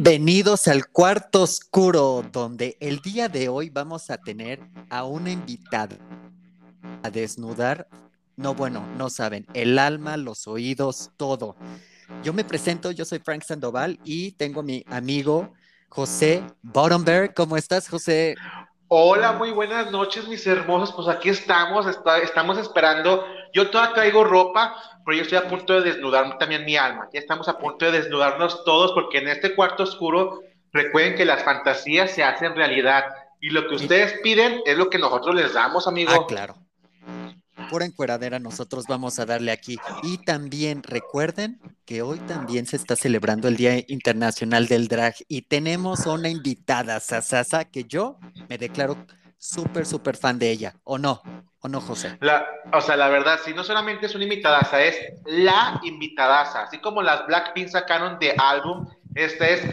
Bienvenidos al Cuarto Oscuro, donde el día de hoy vamos a tener a una invitada a desnudar, no, bueno, no saben, el alma, los oídos, todo. Yo me presento, yo soy Frank Sandoval y tengo a mi amigo José Bottomberg. ¿Cómo estás, José? Hola, muy buenas noches, mis hermosos. Pues aquí estamos, estamos esperando. Yo todavía traigo ropa, pero yo estoy a punto de desnudar también mi alma. Ya estamos a punto de desnudarnos todos, porque en este cuarto oscuro, recuerden que las fantasías se hacen realidad. Y lo que Y, ustedes piden es lo que nosotros les damos, amigo. claro, pura encueradera nosotros vamos a darle aquí. Y también recuerden que hoy también se está celebrando el Día Internacional del Drag y tenemos una invitada, Sasasa, que yo me declaro súper, súper fan de ella. ¿O no, José? La verdad, sí, no solamente es una invitadaza, es la invitadaza. Así como las Blackpink sacaron de álbum, esta es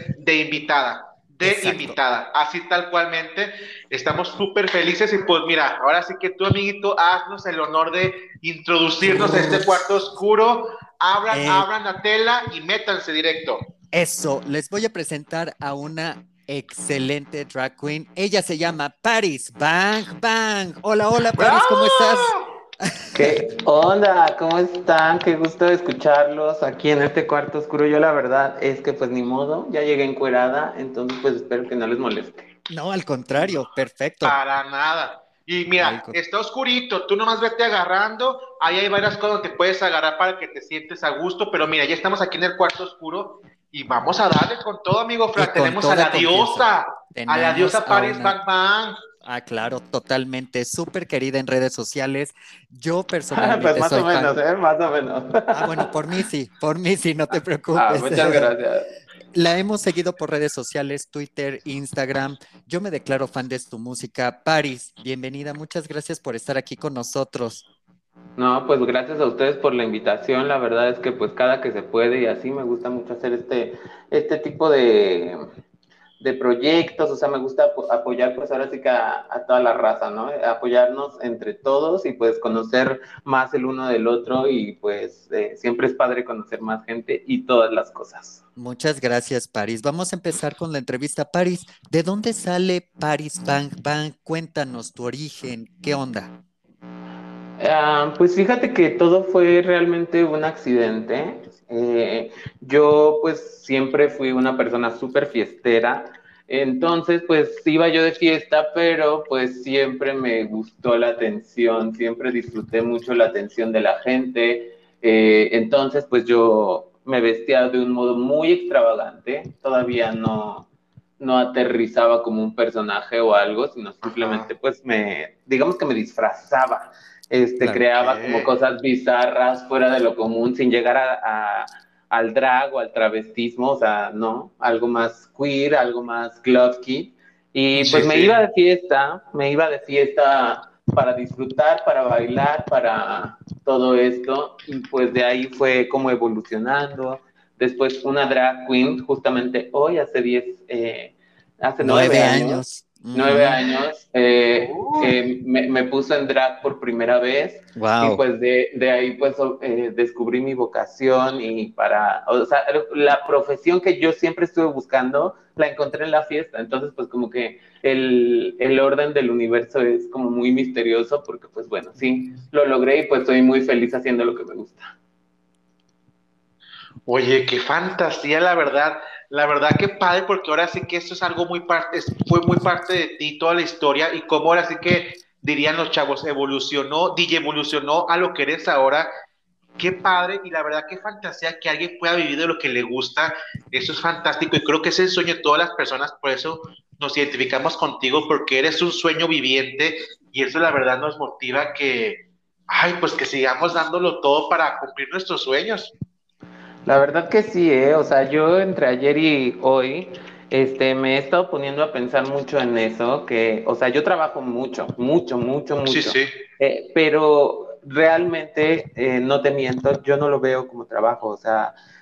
de Exacto. invitada. Así tal cualmente, estamos súper felices y pues mira, ahora sí que tú, amiguito, haznos el honor de introducirnos a este cuarto oscuro. Eh, Abran la tela y métanse directo. Eso, les voy a presentar a una excelente drag queen. Ella se llama Paris Bang Bang. Hola, hola, Paris, ¿cómo estás? ¡Bravo! ¿Qué onda? ¿Cómo están? Qué gusto escucharlos aquí en este cuarto oscuro. Yo la verdad es que pues ni modo, ya llegué encuerada, entonces pues espero que no les moleste. No, al contrario, perfecto. Para nada. Y Al mira, con- está oscurito, tú nomás vete agarrando, ahí hay varias cosas que puedes agarrar para que te sientes a gusto, pero mira, ya estamos aquí en el cuarto oscuro y vamos a darle con todo, amigo y Fran. con Tenemos toda confianza. a la Tenemos diosa a Paris una, Bang Bang. claro, totalmente súper querida en redes sociales. Yo Pues personalmente más o soy fan. menos, ¿eh? Más o menos. Bueno, por mí sí, no te Ah, preocupes. muchas gracias. La hemos seguido por redes sociales, Twitter, Instagram. Yo me declaro fan de tu música. Paris, bienvenida. Muchas gracias por estar aquí con nosotros. No, pues gracias a ustedes por la invitación. La verdad es que pues cada que se puede y así me gusta mucho hacer este tipo de proyectos, o sea, me gusta apoyar pues ahora sí que a toda la raza, ¿no? Apoyarnos entre todos y pues conocer más el uno del otro y pues siempre es padre conocer más gente y todas las cosas. Muchas gracias, Paris. Vamos a empezar con la entrevista. Paris, ¿de dónde sale Paris Bang Bang? Cuéntanos tu origen. ¿Qué onda? Pues fíjate que todo fue realmente un accidente. Yo pues siempre fui una persona súper fiestera, entonces pues iba yo de fiesta, pero pues siempre me gustó la atención, siempre disfruté mucho la atención de la gente. Entonces pues yo me vestía de un modo muy extravagante, todavía no aterrizaba como un personaje o algo, sino simplemente Ajá, pues digamos que me disfrazaba, Claro. ok. creaba como cosas bizarras fuera de lo común sin llegar al drag o al travestismo, o sea, no, algo más queer, algo más clubky. Y Sí, pues sí. me iba de fiesta para disfrutar, para bailar, para todo esto. Y pues de ahí fue como evolucionando. Después una drag queen, justamente hoy, hace nueve Nueve años, años. 9 años, Uh, me puso en drag por primera vez y Wow. pues de ahí pues descubrí mi vocación y o sea, la profesión que yo siempre estuve buscando, la encontré en la fiesta, entonces pues como que el orden del universo es como muy misterioso porque pues bueno, sí, lo logré y pues estoy muy feliz haciendo lo que me gusta. Oye, qué fantasía, la verdad que padre, porque ahora sí que esto es algo muy parte, fue muy parte de ti, toda la historia, y cómo ahora sí que dirían los chavos, evolucionó, DJ evolucionó a lo que eres ahora. Qué padre, y la verdad qué fantasía que alguien pueda vivir de lo que le gusta, eso es fantástico, y creo que es el sueño de todas las personas, por eso nos identificamos contigo, porque eres un sueño viviente, y eso la verdad nos motiva ay, pues que sigamos dándolo todo para cumplir nuestros sueños. La verdad que sí, o sea, yo entre ayer y hoy, me he estado poniendo a pensar mucho en eso, que, o sea, yo trabajo mucho, mucho, mucho, Sí, mucho, sí. pero realmente, no te miento, yo no lo veo como trabajo, o sea,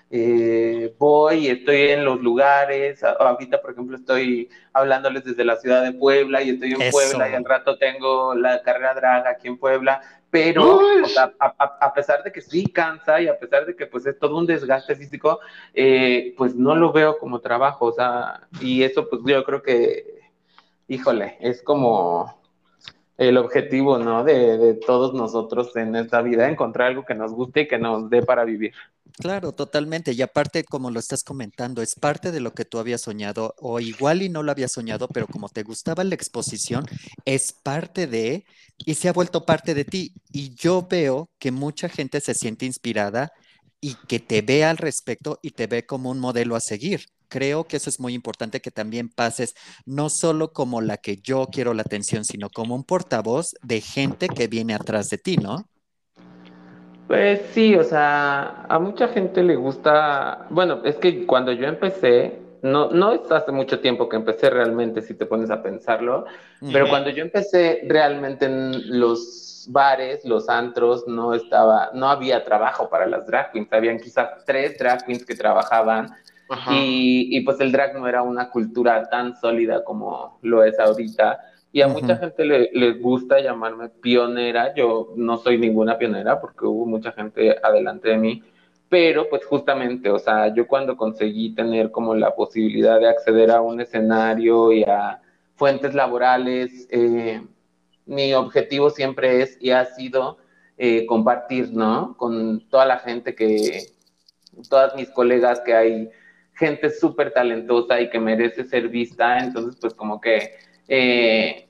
voy y estoy en los lugares. Ahorita, por ejemplo, estoy hablándoles desde la ciudad de Puebla y estoy en Puebla y al Eso, rato tengo la carrera drag aquí en Puebla, pero, Uy, o sea, a pesar de que sí cansa y a pesar de que pues es todo un desgaste físico, pues no lo veo como trabajo, o sea, y eso pues yo creo que, híjole, es como el objetivo, ¿no? De todos nosotros en esta vida, encontrar algo que nos guste y que nos dé para vivir. claro, totalmente. Y aparte, como lo estás comentando, es parte de lo que tú habías soñado, o igual y no lo habías soñado, pero como te gustaba la exposición, es parte de, y se ha vuelto parte de ti. Y yo veo que mucha gente se siente inspirada y que te ve al respecto y te ve como un modelo a seguir. Creo que eso es muy importante que también pases no solo como la que yo quiero la atención, sino como un portavoz de gente que viene atrás de ti, ¿no? Pues sí, o sea, a mucha gente le gusta, bueno, es que cuando yo empecé, no es hace mucho tiempo que empecé realmente, si te pones a pensarlo, pero Ujú, cuando yo empecé realmente en los bares, los antros, no había trabajo para las drag queens, habían quizás 3 drag queens que trabajaban ajá. y pues el drag no era una cultura tan sólida como lo es ahorita. Y a mucha ujú. gente le gusta llamarme pionera. Yo no soy ninguna pionera porque hubo mucha gente adelante de mí. Pero pues justamente, o sea, yo cuando conseguí tener como la posibilidad de acceder a un escenario y a fuentes laborales, mi objetivo siempre es y ha sido compartir, ¿no? Con toda la gente todas mis colegas, que hay gente súper talentosa y que merece ser vista. Entonces, pues como que eh,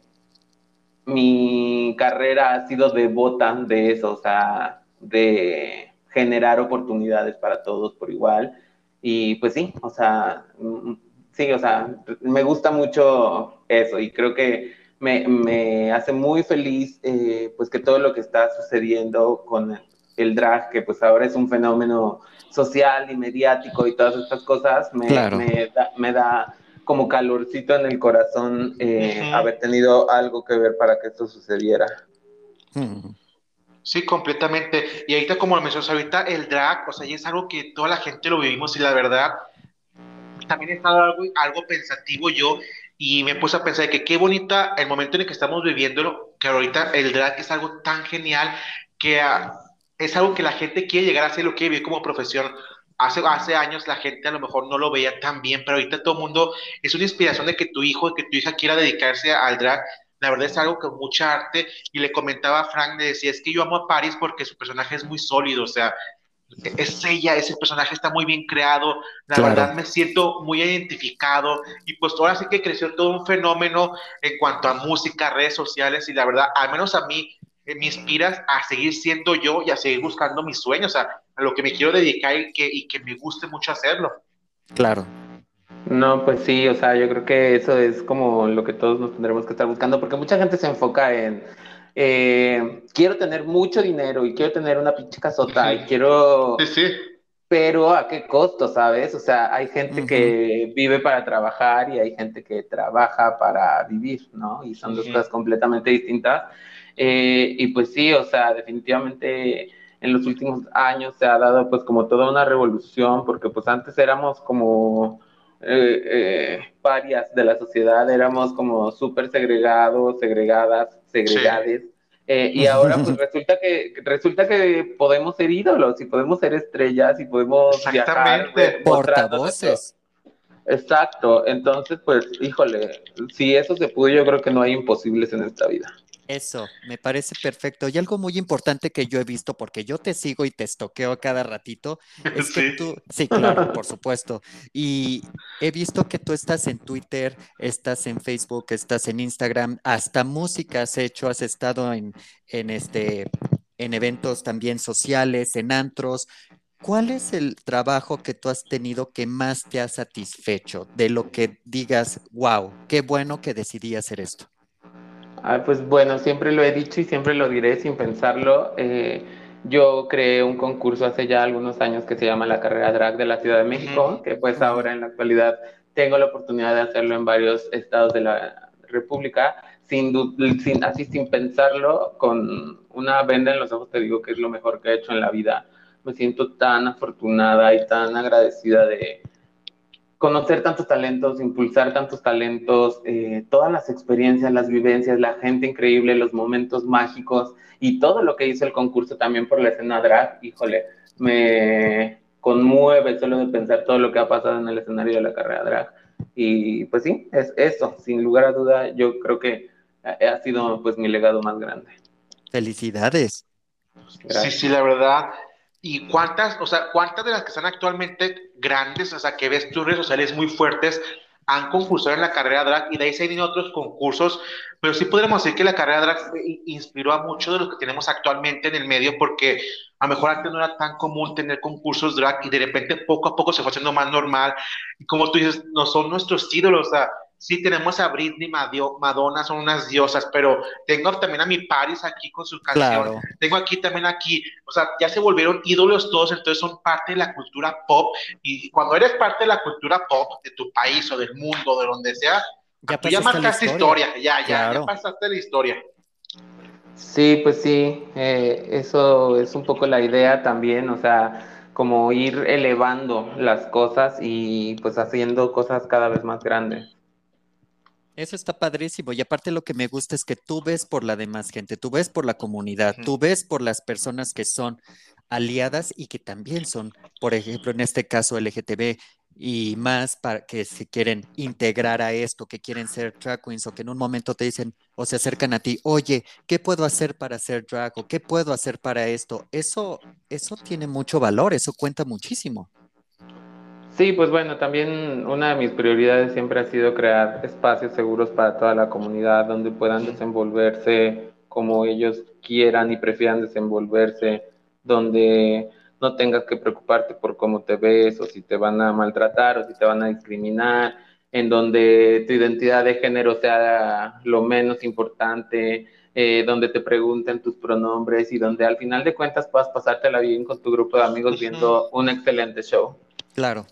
mi carrera ha sido devota de eso, o sea, de generar oportunidades para todos por igual. Y pues sí, o sea, sí, o sea, me gusta mucho eso y creo que me hace muy feliz pues que todo lo que está sucediendo con el drag, que pues ahora es un fenómeno social y mediático y todas estas cosas, Claro. me da como calorcito en el corazón Ujú. haber tenido algo que ver para que esto sucediera. Mm, Sí, completamente. Y ahorita, como lo mencionas ahorita, el drag, o sea, ya es algo que toda la gente lo vivimos y la verdad, también he estado algo pensativo yo y me puse a pensar que qué bonita el momento en el que estamos viviéndolo, que ahorita el drag es algo tan genial que es algo que la gente quiere llegar a hacer, lo quiere vivir como profesión. Hace años la gente a lo mejor no lo veía tan bien, pero ahorita todo el mundo es una inspiración de que tu hijo, de que tu hija quiera dedicarse al drag. La verdad es algo con mucha arte y le comentaba a Frank, le decía, es que yo amo a Paris porque su personaje es muy sólido, o sea, es ella, ese personaje está muy bien creado, la claro. verdad me siento muy identificado y pues ahora sí que creció todo un fenómeno en cuanto a música, redes sociales y la verdad, al menos a mí me inspiras a seguir siendo yo y a seguir buscando mis sueños, a lo que me quiero dedicar y que me guste mucho hacerlo. Claro. No, pues sí, o sea, yo creo que eso es como lo que todos nos tendremos que estar buscando, porque mucha gente se enfoca en, quiero tener mucho dinero y quiero tener una pinche casota y Sí, quiero, sí. pero ¿a qué costo, sabes? O sea, hay gente Ujú, que vive para trabajar y hay gente que trabaja para vivir, ¿no? Y son dos Ujú. cosas completamente distintas. Y pues sí, o sea, definitivamente en los últimos años se ha dado pues como toda una revolución, porque pues antes éramos como parias de la sociedad, éramos como súper segregados, segregadas, Sí, segregades. Y ahora pues resulta que podemos ser ídolos y podemos ser estrellas y podemos viajar exactamente. mostrando nuestro... Portavoces. Exacto, entonces pues híjole, si eso se pudo, yo creo que no hay imposibles en esta vida. Eso, me parece perfecto. Y algo muy importante que yo he visto, porque yo te sigo y te estoqueo cada ratito, es que Sí. tú, sí, claro, por supuesto. Y he visto que tú estás en Twitter, estás en Facebook, estás en Instagram, hasta música has hecho, has estado en eventos también sociales, en antros. ¿Cuál es el trabajo que tú has tenido que más te ha satisfecho? De lo que digas, wow, qué bueno que decidí hacer esto. Ah, pues bueno, siempre lo he dicho y siempre lo diré sin pensarlo. Yo creé un concurso hace ya algunos años que se llama la Carrera Drag de la Ciudad de Ujú. México, que pues Ujú, ahora en la actualidad tengo la oportunidad de hacerlo en varios estados de la República, así sin pensarlo, con una venda en los ojos te digo que es lo mejor que he hecho en la vida, me siento tan afortunada y tan agradecida de conocer tantos talentos, impulsar tantos talentos, todas las experiencias, las vivencias, la gente increíble, los momentos mágicos y todo lo que hizo el concurso también por la escena drag, híjole, me conmueve solo de pensar todo lo que ha pasado en el escenario de la carrera drag. Y pues sí, es eso, sin lugar a duda, yo creo que ha sido pues mi legado más grande. Felicidades. Sí, sí, Gracias. la verdad. ¿Y cuántas, o sea, cuántas de las que están actualmente grandes, o sea, que ves tus redes sociales muy fuertes, han concursado en la carrera drag y de ahí se vienen otros concursos? Pero sí podríamos decir que la carrera drag inspiró a muchos de los que tenemos actualmente en el medio, porque a lo mejor antes no era tan común tener concursos drag y de repente poco a poco se fue haciendo más normal. Y como tú dices, no son nuestros ídolos, o sea, sí tenemos a Britney, Madonna, son unas diosas, pero tengo también a mi Paris aquí con su canción, Claro. tengo aquí también aquí, o sea, ya se volvieron ídolos todos, entonces son parte de la cultura pop, y cuando eres parte de la cultura pop de tu país o del mundo, de donde sea, Ya tú ya pasaste la marcaste historia. historia, ya Claro. pasaste la historia. Sí, pues sí, eso es un poco la idea también, o sea, como ir elevando las cosas y pues haciendo cosas cada vez más grandes. Eso está padrísimo. Y aparte lo que me gusta es que tú ves por la demás gente, tú ves por la comunidad, Ujú. tú ves por las personas que son aliadas y que también son, por ejemplo, en este caso LGTB y más para que se quieren integrar a esto, que quieren ser drag queens o que en un momento te dicen o se acercan a ti, oye, ¿qué puedo hacer para ser drag o qué puedo hacer para esto? Eso tiene mucho valor, eso cuenta muchísimo. Sí, pues bueno, también una de mis prioridades siempre ha sido crear espacios seguros para toda la comunidad donde puedan Ujú. desenvolverse como ellos quieran y prefieran desenvolverse, donde no tengas que preocuparte por cómo te ves o si te van a maltratar o si te van a discriminar, en donde tu identidad de género sea lo menos importante, donde te pregunten tus pronombres y donde al final de cuentas puedas pasártela bien con tu grupo de amigos Ujú. viendo un excelente show. Claro.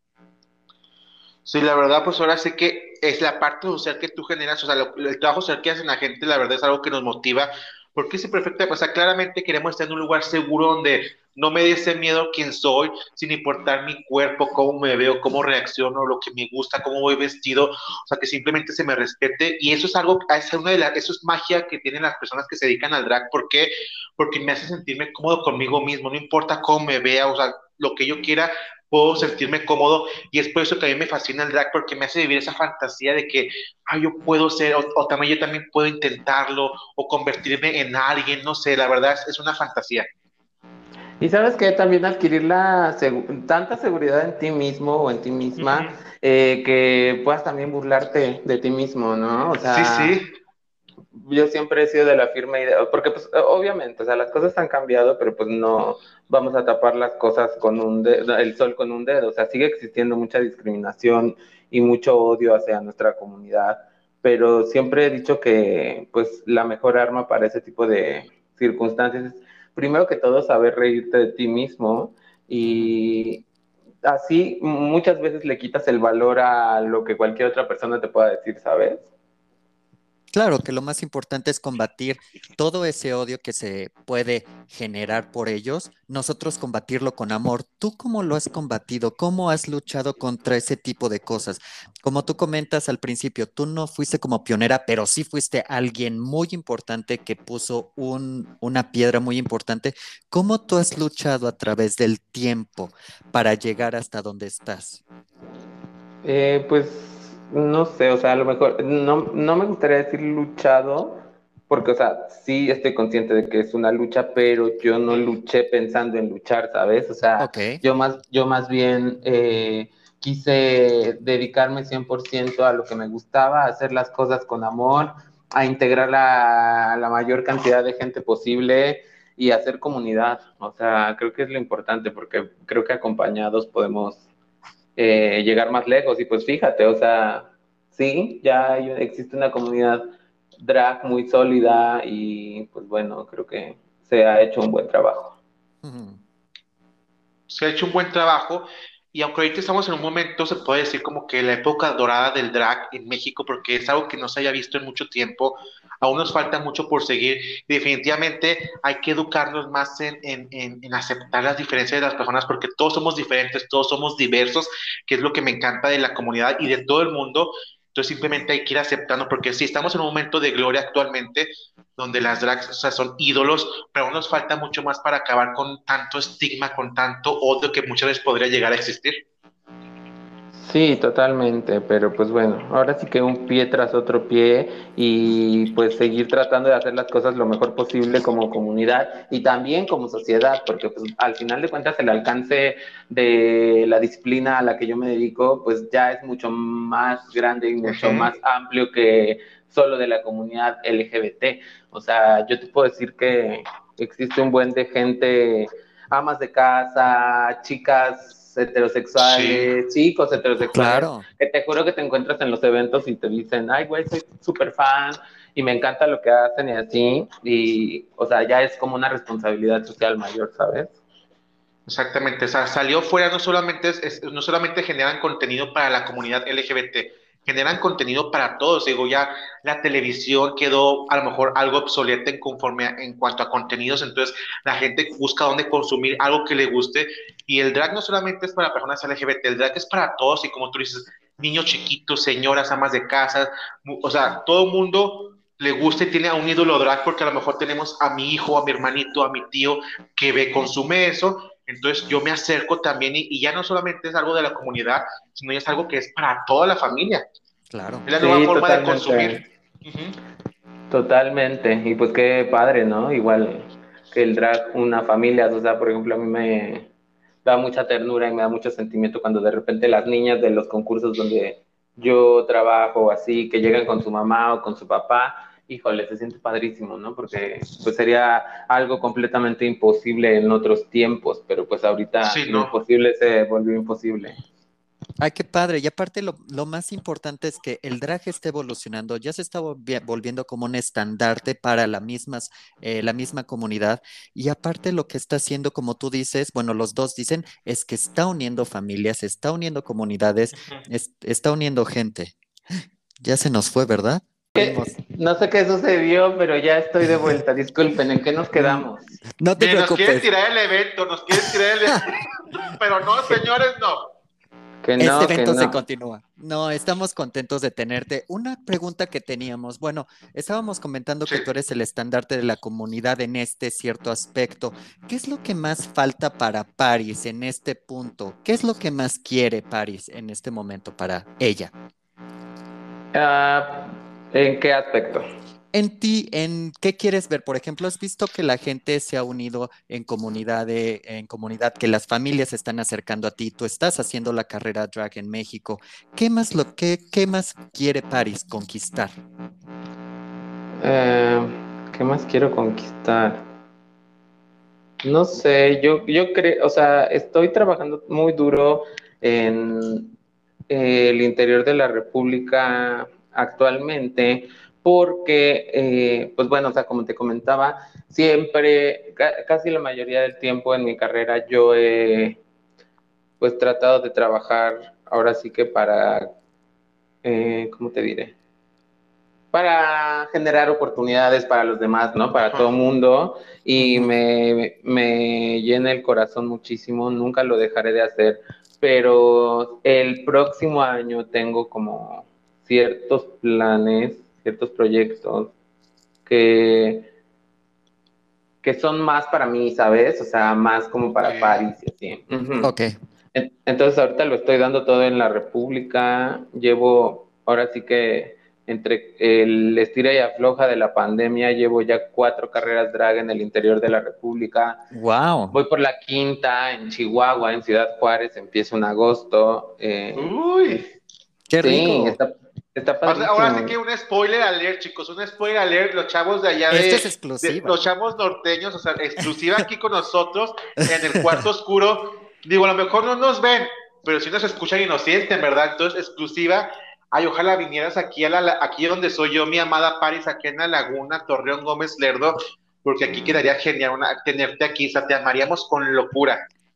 Sí, la verdad, pues ahora sí que es la parte social que tú generas, o sea, el trabajo social que hacen la gente, la verdad es algo que nos motiva, porque sí, perfecto, o sea, claramente queremos estar en un lugar seguro donde no me dé ese miedo quién soy, sin importar mi cuerpo, cómo me veo, cómo reacciono, lo que me gusta, cómo voy vestido, o sea, que simplemente se me respete, y eso es algo, eso es magia que tienen las personas que se dedican al drag, ¿por qué? Porque me hace sentirme cómodo conmigo mismo, no importa cómo me vea, o sea, lo que yo quiera, puedo sentirme cómodo y es por eso que a mí me fascina el drag, porque me hace vivir esa fantasía de que yo puedo ser, o también yo también puedo intentarlo, o convertirme en alguien, no sé, la verdad es una fantasía. Y sabes que también adquirir tanta seguridad en ti mismo o en ti Ujú. misma, que puedas también burlarte de ti mismo, ¿no? O Sí, sea, sí. yo siempre he sido de la firme idea, porque pues obviamente, o sea, las cosas han cambiado, pero pues no vamos a tapar las cosas con un dedo, el sol con un dedo, o sea, sigue existiendo mucha discriminación y mucho odio hacia nuestra comunidad, pero siempre he dicho que pues la mejor arma para ese tipo de circunstancias es primero que todo saber reírte de ti mismo Ujú. y así muchas veces le quitas el valor a lo que cualquier otra persona te pueda decir, ¿sabes? Claro que lo más importante es combatir todo ese odio que se puede generar por ellos, nosotros combatirlo con amor. ¿Tú cómo lo has combatido? ¿Cómo has luchado contra ese tipo de cosas? Como tú comentas al principio, tú no fuiste como pionera, pero sí fuiste alguien muy importante que puso una piedra muy importante. ¿Cómo tú has luchado a través del tiempo para llegar hasta donde estás? Pues no sé, o sea, a lo mejor no me gustaría decir luchado, porque, o sea, sí estoy consciente de que es una lucha, pero yo no luché pensando en luchar, ¿sabes? O sea, Ok, yo más bien quise dedicarme 100% a lo que me gustaba, a hacer las cosas con amor, a integrar la mayor cantidad de gente posible y hacer comunidad. O sea, creo que es lo importante, porque creo que acompañados podemos llegar más lejos. Y pues fíjate, o sea, sí, existe una comunidad drag muy sólida y pues bueno, creo que se ha hecho un buen trabajo. ujú, Se ha hecho un buen trabajo Y aunque ahorita estamos en un momento, se puede decir como que la época dorada del drag en México, porque es algo que no se haya visto en mucho tiempo, aún nos falta mucho por seguir. Y definitivamente hay que educarnos más en aceptar las diferencias de las personas, porque todos somos diferentes, todos somos diversos, que es lo que me encanta de la comunidad y de todo el mundo. Entonces simplemente hay que ir aceptando, porque sí estamos en un momento de gloria actualmente, donde las drags, o sea, son ídolos, pero aún nos falta mucho más para acabar con tanto estigma, con tanto odio que muchas veces podría llegar a existir. Sí, totalmente, pero pues bueno, ahora sí que un pie tras otro pie y pues seguir tratando de hacer las cosas lo mejor posible como comunidad y también como sociedad, porque pues al final de cuentas el alcance de la disciplina a la que yo me dedico pues ya es mucho más grande y mucho más Ujú. amplio que solo de la comunidad LGBT. O sea, yo te puedo decir que existe un buen de gente, amas de casa, chicas Sí, heterosexuales, chicos heterosexuales, Claro. que te juro que te encuentras en los eventos y te dicen, ay, güey, soy súper fan y me encanta lo que hacen y así, y, o sea, ya es como una responsabilidad social mayor, ¿sabes? exactamente. O sea, salió fuera, no solamente, no solamente generan contenido para la comunidad LGBT, generan contenido para todos. Digo, ya la televisión quedó a lo mejor algo obsoleta en cuanto a contenidos, entonces la gente busca dónde consumir algo que le guste. Y el drag no solamente es para personas LGBT, el drag es para todos. Y como tú dices, niños chiquitos, señoras, amas de casa, o sea, todo el mundo le gusta y tiene a un ídolo drag porque a lo mejor tenemos a mi hijo, a mi hermanito, a mi tío que ve, consume eso. Entonces yo me acerco también y ya no solamente es algo de la comunidad, sino ya es algo que es para toda la familia. Claro. Es la nueva Sí, forma de totalmente. consumir. Ujú. Totalmente, y pues qué padre, ¿no? Igual que el drag, una familia, o sea, por ejemplo, a mí me da mucha ternura y me da mucho sentimiento cuando de repente las niñas de los concursos donde yo trabajo, así, que llegan con su mamá o con su papá, híjole, se siente padrísimo, ¿no? Porque pues sería algo completamente imposible en otros tiempos, pero pues ahorita Sí, lo no. imposible se volvió imposible. Ay, qué padre. Y aparte lo más importante es que el drag está evolucionando, ya se está volviendo como un estandarte para la misma comunidad. Y aparte lo que está haciendo, como tú dices, bueno, los dos dicen, es que está uniendo familias, está uniendo comunidades, Ujú. está uniendo gente. Ya se nos fue, ¿verdad? Perdimos. No sé qué sucedió, pero ya estoy de vuelta. Disculpen, ¿en qué nos Mm, quedamos? No te Miren, nos quieren preocupes. tirar el evento, nos quieren tirar el evento, pero no, señores, no. Que Este no, que evento se no. continúa. No, estamos contentos de tenerte. Una pregunta que teníamos, bueno, estábamos comentando Sí. que tú eres el estandarte de la comunidad en este cierto aspecto. ¿Qué es lo que más falta para Paris en este punto? ¿Qué es lo que más quiere Paris en este momento para ella? Ah, ¿en qué aspecto? En ti, ¿en qué quieres ver? Por ejemplo, ¿has visto que la gente se ha unido en comunidad, que las familias se están acercando a ti? Tú estás haciendo la carrera drag en México. ¿Qué más quiere Paris conquistar? Eh, ¿Qué más quiero conquistar? No sé, yo creo, o sea, estoy trabajando muy duro en el interior de la República actualmente, porque, pues bueno, o sea, como te comentaba, siempre, casi la mayoría del tiempo en mi carrera yo he, pues, tratado de trabajar ahora sí que para, ¿cómo te diré? Para generar oportunidades para los demás, ¿no? Para todo Ajá. mundo y Ujú. me llena el corazón muchísimo, nunca lo dejaré de hacer, pero el próximo año tengo como ciertos planes, ciertos proyectos que, que son más para mí, ¿sabes? O sea, más como Ok. para París y así. Ujú. Ok, Entonces ahorita lo estoy dando todo en la República. Llevo, ahora sí que entre el estira y afloja de la pandemia, llevo ya 4 carreras drag en el interior de la República. wow, Voy por la quinta en Chihuahua, en Ciudad Juárez, empiezo en agosto. Uy. qué Sí, rico. está Ahora sí padrísimo. que un spoiler alert, chicos, un spoiler alert, los chavos de allá Esto es de exclusiva. los chavos norteños, o sea, exclusiva aquí con nosotros en el cuarto oscuro. Digo, a lo mejor no nos ven, pero sí nos escuchan y nos sienten, ¿verdad? Entonces, exclusiva. Ay, ojalá vinieras aquí aquí donde soy yo, mi amada Paris, aquí en la Laguna, Torreón Gómez Lerdo, porque aquí quedaría genial tenerte aquí, o sea, te amaríamos con locura.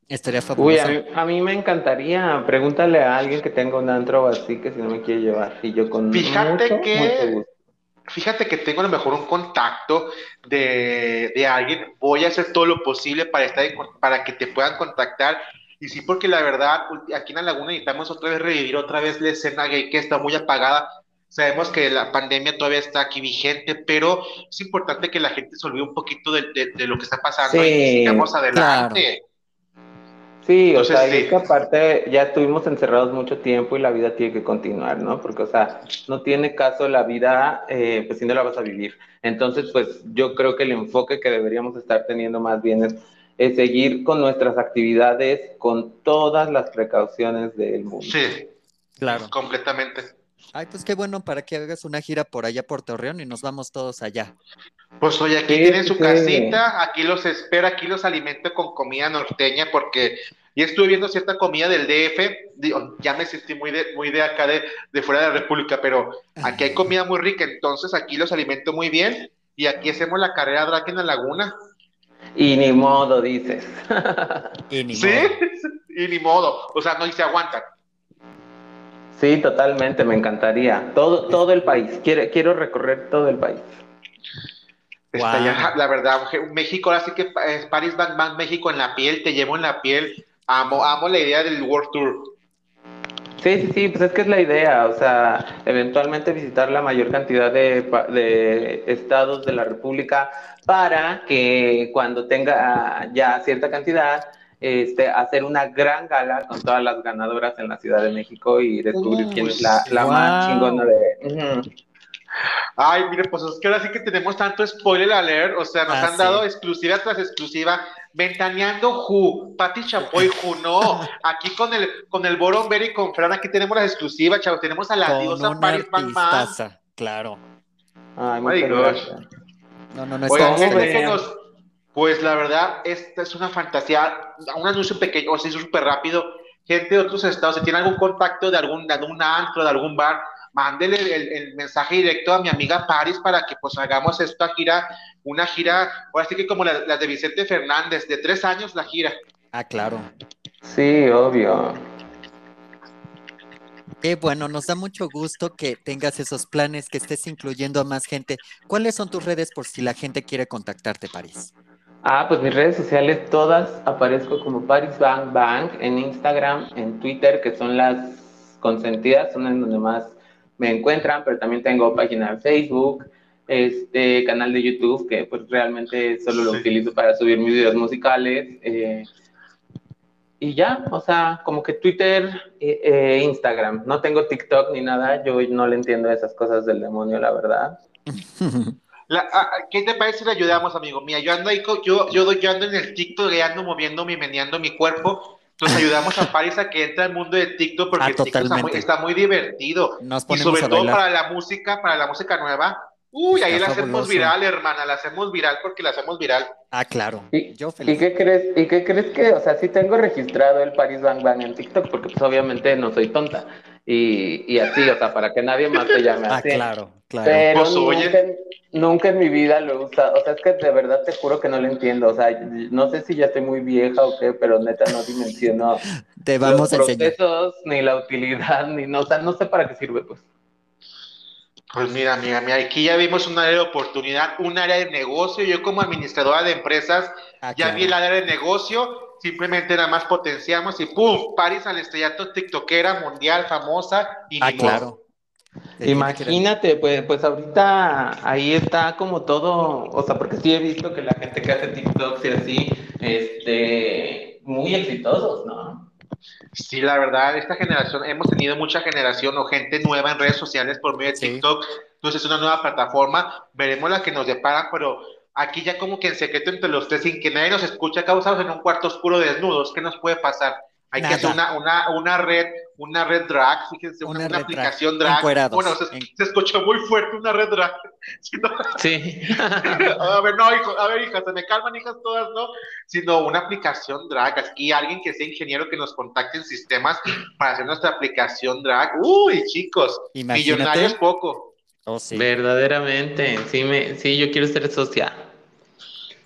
Estaría Uy, fabuloso. a mí me encantaría. Pregúntale a alguien que tenga un antro así que si no me quiere llevar. Y yo con Fíjate mucho que gusto. Fíjate que tengo a lo mejor un contacto de alguien. Voy a hacer todo lo posible para para que te puedan contactar. Y sí, porque la verdad, aquí en la Laguna necesitamos otra vez revivir otra vez la escena gay que está muy apagada. Sabemos que la pandemia todavía está aquí vigente, pero es importante que la gente se olvide un poquito de lo que está pasando y Sí, sigamos Claro, adelante. sí, o Entonces, sea, y es sí, que aparte ya estuvimos encerrados mucho tiempo y la vida tiene que continuar, ¿no? Porque, o sea, no tiene caso la vida, pues si no la vas a vivir. Entonces, pues yo creo que el enfoque que deberíamos estar teniendo más bien es seguir con nuestras actividades con todas las precauciones del mundo. sí, claro. completamente. Ay, pues qué bueno para que hagas una gira por allá por Torreón y nos vamos todos allá. Pues oye, aquí Sí, tienen sí, su sí. casita, aquí los espero, aquí los alimento con comida norteña, porque ya estuve viendo cierta comida del DF, digo, ya me sentí muy de acá de fuera de la República, pero aquí hay comida muy rica, entonces aquí los alimento muy bien y aquí hacemos la carrera drag en la laguna. Y ni modo, dices. Y ni ¿Sí? modo. Y ni modo, o sea, no, y se aguantan. Sí, totalmente, me encantaría. Todo el país. Quiero recorrer todo el país. Está Wow. ya, la verdad, México, ahora sí que es Paris Van Van México en la piel, te llevo en la piel, amo la idea del World Tour. Sí, sí, sí, pues es que es la idea, o sea, eventualmente visitar la mayor cantidad de estados de la República para que cuando tenga ya cierta cantidad, hacer una gran gala con todas las ganadoras en la Ciudad de México y descubrir quién Uy, es la sí. más chingona Wow. de... Ujú. Ay, mire, pues es que ahora sí que tenemos tanto spoiler alert, o sea, nos Ah, han dado sí. exclusiva tras exclusiva, ventaneando Who, Pati Chapoy Who, no, aquí con el Boron Berry y con Fran, aquí tenemos las exclusivas, chavos, tenemos a la Con diosa una Paris Van Man, artistaza, claro. Ay, oh my muchas gosh. gracias. No, no, no, Oigan, estamos ¿Cómo gente felices. que ven? nos, pues la verdad, esta es una fantasía, un anuncio pequeño, o sea, súper rápido. Gente de otros estados, si tiene algún contacto de algún antro, de algún bar, mándele el mensaje directo a mi amiga Paris para que pues hagamos esta gira, una gira, ahora sí que como la de Vicente Fernández, de 3 años la gira. Ah, claro. Sí, obvio. Qué bueno, nos da mucho gusto que tengas esos planes, que estés incluyendo a más gente. ¿Cuáles son tus redes por si la gente quiere contactarte, París? Ah, pues mis redes sociales todas aparezco como Paris Bang Bang en Instagram, en Twitter, que son las consentidas, son en donde más me encuentran, pero también tengo página de Facebook, canal de YouTube, que pues realmente solo lo Sí. utilizo para subir mis videos musicales, y ya, o sea, como que Twitter, Instagram, no tengo TikTok ni nada, yo no le entiendo esas cosas del demonio, la verdad. ¿Qué te parece si le ayudamos, amigo? Mira, yo ando ahí, yo ando en el TikTok, y ando moviéndome y meneando mi cuerpo. Entonces ayudamos a Paris a que entre al mundo de TikTok porque Ah, el TikTok totalmente. está muy divertido. Nos Y ponemos sobre a todo bailar. para la música nueva. Uy, ahí Está la hacemos fabuloso. viral, hermana, la hacemos viral porque la hacemos viral. Ah, claro. Yo Y feliz. qué crees? ¿Y qué crees que, o sea, sí tengo registrado el Paris Bang Bang en TikTok, porque pues obviamente no soy tonta. Y así, o sea, para que nadie más se llame Ah, así. claro, claro. Pero Pues oye, nunca en mi vida lo he usado. O sea, es que de verdad te juro que no lo entiendo. O sea, no sé si ya estoy muy vieja o qué, pero neta no dimensiono Te los vamos a enseñar. procesos, ni la utilidad, ni no, o sea, no sé para qué sirve, pues. pues mira, amiga, mira, aquí ya vimos un área de oportunidad, un área de negocio. Yo como administradora de empresas Ah, ya vi el claro. área de negocio, simplemente nada más potenciamos y ¡pum! Paris al estrellato tiktokera mundial famosa y Ah, ni claro. modo. Te tiene que ir. Imagínate, pues ahorita ahí está como todo, o sea, porque sí he visto que la gente que hace TikToks y así, muy exitosos, ¿no? Sí, la verdad, esta generación, hemos tenido mucha generación o gente nueva en redes sociales por medio de Sí. TikTok, entonces es una nueva plataforma, veremos la que nos depara, pero aquí ya como que en secreto entre los tres, sin que nadie nos escuche, causados en un cuarto oscuro desnudos, ¿qué nos puede pasar? Hay que hacer Nada. una red drag, fíjense, Una una red drag. aplicación drag, bueno, Encuerados. se escuchó muy fuerte una red drag, sino, Sí. a ver, no, hijo, a ver, hijas, se me calman, hijas, todas, ¿no? Sino una aplicación drag, aquí alguien que sea ingeniero que nos contacte en sistemas para hacer nuestra aplicación drag. Uy, chicos, millonarios Imagínate. poco. Oh, sí. Verdaderamente, sí, yo quiero ser socia.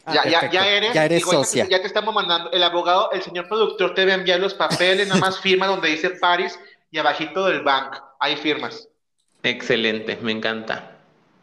Ah, perfecto. Ya eres Digo, ahorita socia. ya te estamos mandando, el abogado, el señor productor te va a enviar los papeles, nada más firma donde dice Paris y abajito del bank, ahí firmas. Excelente, me encanta.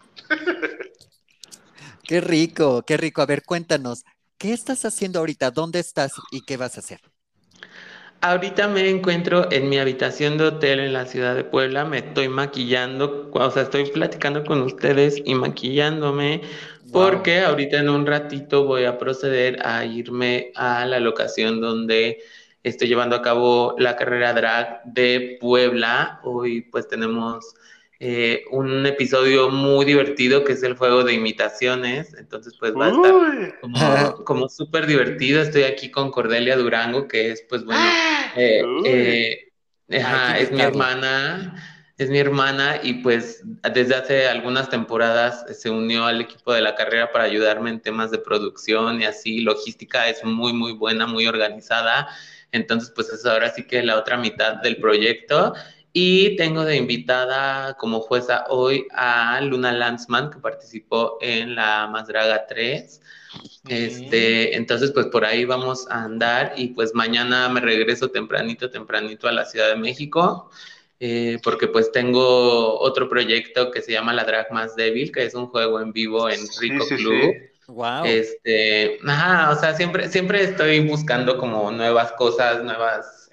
Qué rico, qué rico. A ver, cuéntanos, ¿qué estás haciendo ahorita? ¿Dónde estás y qué vas a hacer? Ahorita me encuentro en mi habitación de hotel en la ciudad de Puebla, me estoy maquillando, o sea, estoy platicando con ustedes y maquillándome, Wow. porque ahorita en un ratito voy a proceder a irme a la locación donde estoy llevando a cabo la carrera drag de Puebla. Hoy pues tenemos un episodio muy divertido que es el juego de imitaciones, entonces pues va a estar Uy. como súper divertido. Estoy aquí con Cordelia Durango, que es pues bueno. Eh, Uy. eh, Hay que ajá, invitarla. es mi hermana y pues desde hace algunas temporadas se unió al equipo de la carrera para ayudarme en temas de producción y así, logística es muy, muy buena, muy organizada, entonces pues es ahora sí que la otra mitad del proyecto. Y tengo de invitada como jueza hoy a Luna Lanzmann, que participó en la Más Draga 3. Ujú. Entonces, pues por ahí vamos a andar y pues mañana me regreso tempranito, tempranito a la Ciudad de México, porque pues tengo otro proyecto que se llama La Drag Más Débil, que es un juego en vivo en Sí, Rico sí, sí. Club. Wow. Ajá, o sea, siempre estoy buscando como nuevas cosas, nuevas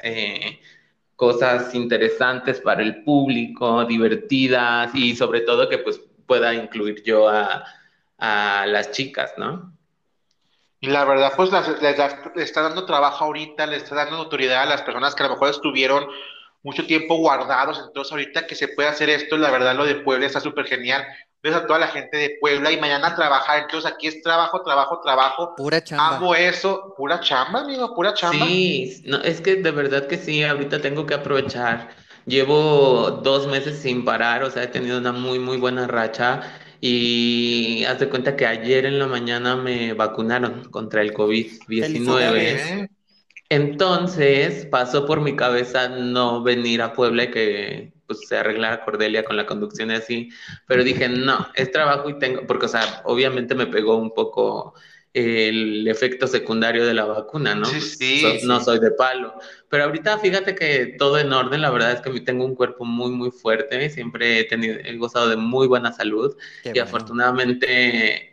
cosas interesantes para el público, divertidas y sobre todo que pues pueda incluir yo a las chicas, ¿no? Y la verdad, pues le está dando trabajo ahorita, le está dando notoriedad a las personas que a lo mejor estuvieron mucho tiempo guardados. Entonces, ahorita que se puede hacer esto, la verdad, lo de Puebla está súper genial. Ves a toda la gente de Puebla y mañana a trabajar. Entonces, aquí es trabajo, trabajo, trabajo. Pura chamba. Amo eso. Pura chamba, amigo, pura chamba. Sí, no, es que de verdad que sí, ahorita tengo que aprovechar. Llevo 2 meses sin parar, o sea, he tenido una muy, muy buena racha y haz de cuenta que ayer en la mañana me vacunaron contra el Felicidades. COVID-19. Oye, Entonces pasó por mi cabeza no venir a Puebla y que pues se arreglara Cordelia con la conducción y así, pero dije, no, es trabajo y tengo, porque o sea, obviamente me pegó un poco el efecto secundario de la vacuna, ¿no? sí, Pues Sí, sí. no sí. soy de palo, pero ahorita fíjate que todo en orden, la verdad es que tengo un cuerpo muy, muy fuerte, siempre he gozado de muy buena salud Qué y bueno. afortunadamente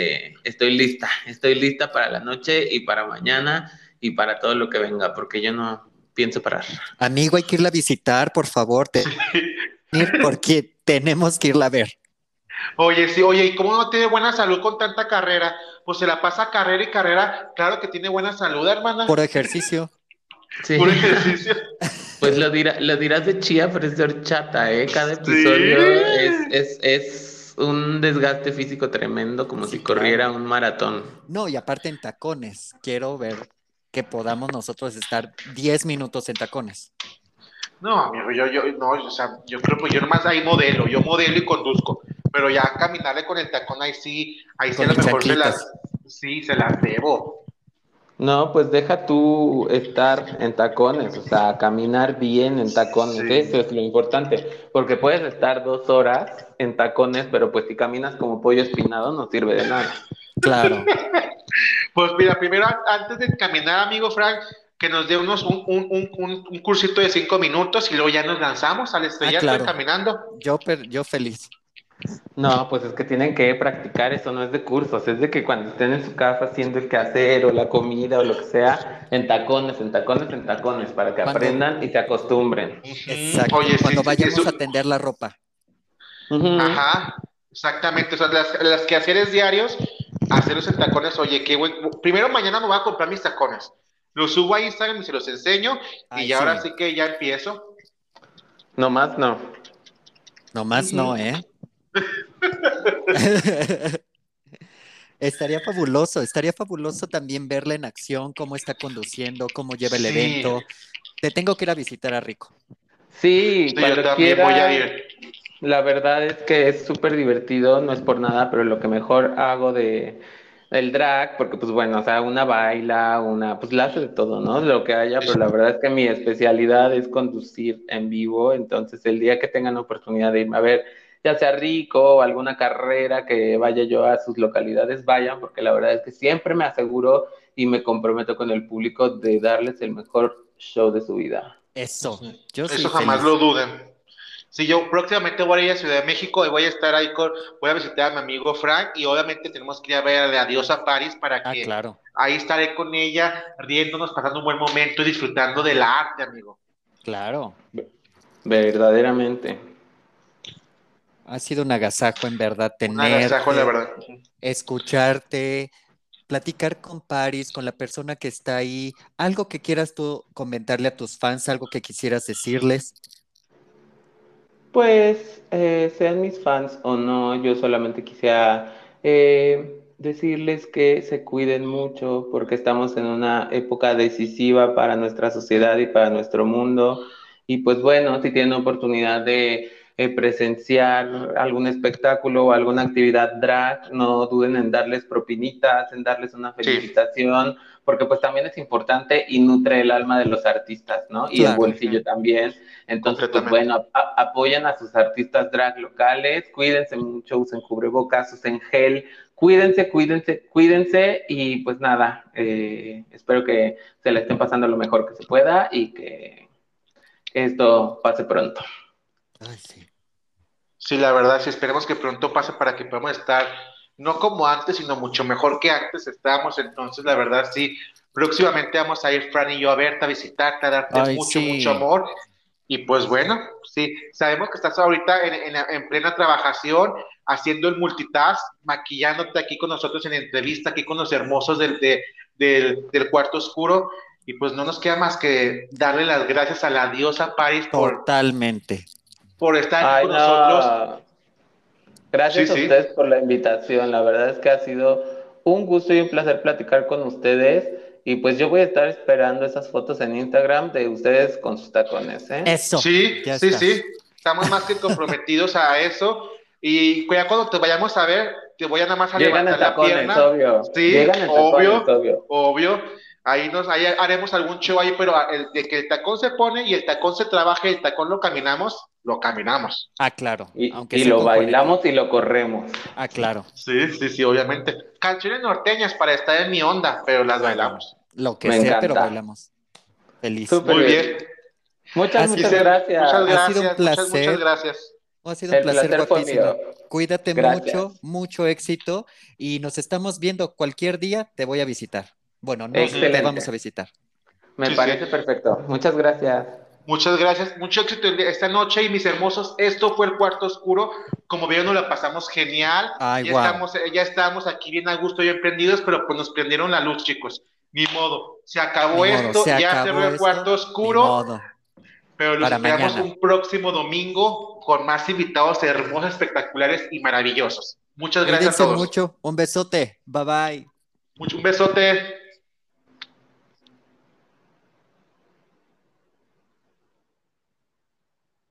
estoy lista para la noche y para mañana y para todo lo que venga, porque yo no pienso parar. Amigo, hay que irla a visitar, por favor. Sí. Ir porque tenemos que irla a ver. Oye, sí, oye, ¿y cómo no tiene buena salud con tanta carrera? Pues se la pasa carrera y carrera. Claro que tiene buena salud, Por hermana. ejercicio. Puro Sí, ejercicio. pues lo dirás de chía, pero es de horchata, ¿eh? Cada episodio Sí. es un desgaste físico tremendo, como si Sí, corriera claro. un maratón. No, y aparte en tacones. Quiero ver que podamos nosotros estar 10 minutos en tacones. No, amigo, no, o sea, yo creo que yo nomás ahí modelo, yo modelo y conduzco, pero ya caminarle con el tacón ahí sí Con a lo mis mejor chanclitas. sí, se las debo. No, pues deja tú estar en tacones, o sea, caminar bien en tacones, eso Sí. es lo importante, porque puedes estar 2 horas en tacones, pero pues si caminas como pollo espinado no sirve de nada. Claro. Pues mira, primero antes de caminar, amigo Frank, que nos dé un cursito de 5 minutos y luego ya nos lanzamos al Ah, estrellato de claro. caminando. Yo feliz. No, pues es que tienen que practicar, eso no es de cursos, es de que cuando estén en su casa haciendo el quehacer o la comida o lo que sea, en tacones, en tacones, en tacones, para que Cuando, aprendan y se acostumbren. Ujú. exacto, Oye, sí, cuando sí, vayamos a tender la ropa. Ujú. ajá, exactamente. O sea, las quehaceres diarios, hacerlos en tacones. Oye, qué buen. Primero mañana me voy a comprar mis tacones. Los subo a Instagram y se los enseño. Y Ay, ya ahora sí. sí que ya empiezo. No más no. Nomás no, Ujú. ¿eh? Estaría fabuloso también verla en acción, cómo está conduciendo, cómo lleva el Sí, evento. Te tengo que ir a visitar a Rico. Sí, sí, yo cuando también voy a quieras. ir. La verdad es que es súper divertido, no es por nada, pero lo que mejor hago del drag, porque pues bueno, o sea, una baila, una, pues la hace de todo, ¿no? Lo que haya, pero la verdad es que mi especialidad es conducir en vivo, entonces el día que tengan oportunidad de irme a ver, ya sea rico o alguna carrera que vaya yo a sus localidades, vayan, porque la verdad es que siempre me aseguro y me comprometo con el público de darles el mejor show de su vida. Eso, Ujú. yo soy Eso jamás lo feliz. duden. Sí, yo próximamente voy a ir a Ciudad de México y voy a estar ahí voy a visitar a mi amigo Frank y obviamente tenemos que ir a ver de Adiós a París para Ah, que claro, ahí estaré con ella, riéndonos, pasando un buen momento y disfrutando del arte, amigo. claro. Verdaderamente. Ha sido un agasajo en verdad Un agasajo, la tenerte, verdad. escucharte, platicar con Paris, con la persona que está ahí, algo que quieras tú comentarle a tus fans, algo que quisieras decirles. Pues sean mis fans o no, yo solamente quisiera decirles que se cuiden mucho porque estamos en una época decisiva para nuestra sociedad y para nuestro mundo. Y pues bueno, si tienen oportunidad de presenciar algún espectáculo o alguna actividad drag, no duden en darles propinitas, en darles una Sí, felicitación, porque pues también es importante y nutre el alma de los artistas, ¿no? Y el Claro, bolsillo también. Entonces, pues completamente. bueno, apoyen a sus artistas drag locales, cuídense mucho, usen cubrebocas, usen gel, cuídense, cuídense, cuídense y pues nada, espero que se la estén pasando lo mejor que se pueda y que esto pase pronto. ay, sí. Sí, la verdad, sí, esperemos que pronto pase para que podamos estar, no como antes, sino mucho mejor que antes estábamos. Entonces, la verdad, sí, próximamente vamos a ir, Fran y yo, a verte, a visitarte, a darte Ay, mucho, mucho sí, amor. Y pues bueno, sí, sabemos que estás ahorita en plena trabajación, haciendo el multitask, maquillándote aquí con nosotros en entrevista, aquí con los hermosos del cuarto oscuro. Y pues no nos queda más que darle las gracias a la diosa Paris totalmente. por estar aquí Ay, con nosotros. no. Sí, Gracias a sí. ustedes por la invitación. La verdad es que ha sido un gusto y un placer platicar con ustedes. Y pues yo voy a estar esperando esas fotos en Instagram de ustedes con sus tacones, ¿eh? Eso, Sí, ya sí, estás. sí, estamos más que comprometidos a eso y ya cuando te vayamos a ver, te voy a nada más a Llegan en levantar la tacones, pierna, obvio. sí, Llegan en tacones, obvio, obvio. obvio, ahí haremos algún show ahí, pero de que el tacón se pone y el tacón se trabaja y el tacón lo caminamos. Ah, claro, aunque Y sea lo con cuerito. bailamos y lo corremos. Ah, claro. Sí, sí, sí, obviamente. Canciones norteñas para estar en mi onda, pero las Ah, bueno, bailamos. lo que Me sea, pero encanta. bailamos. Feliz. Súper Muy bien. bien. Muchas, Ha, muchas Giselle, muchas gracias. ha sido un gracias, muchas placer, gracias. ha sido un El placer placer fue mío. guapísima. Cuídate mucho, Gracias. mucho éxito y nos estamos viendo cualquier día, te voy a visitar. Bueno, nos te vamos a Excelente. visitar. Me Sí, sí. parece perfecto. Muchas gracias. Muchas gracias, mucho éxito esta noche y mis hermosos, esto fue el cuarto oscuro, como vieron nos la pasamos genial, Ay, wow. ya estamos aquí bien a gusto y emprendidos, pero pues nos prendieron la luz chicos, ni modo, se Ni acabó modo, esto, se ya cerró acabó el cuarto esto, ni oscuro, modo. pero los Para esperamos mañana. un próximo domingo con más invitados hermosos, espectaculares y maravillosos. Muchas gracias a Cuídense todos, mucho. Un besote. Bye bye. un besote.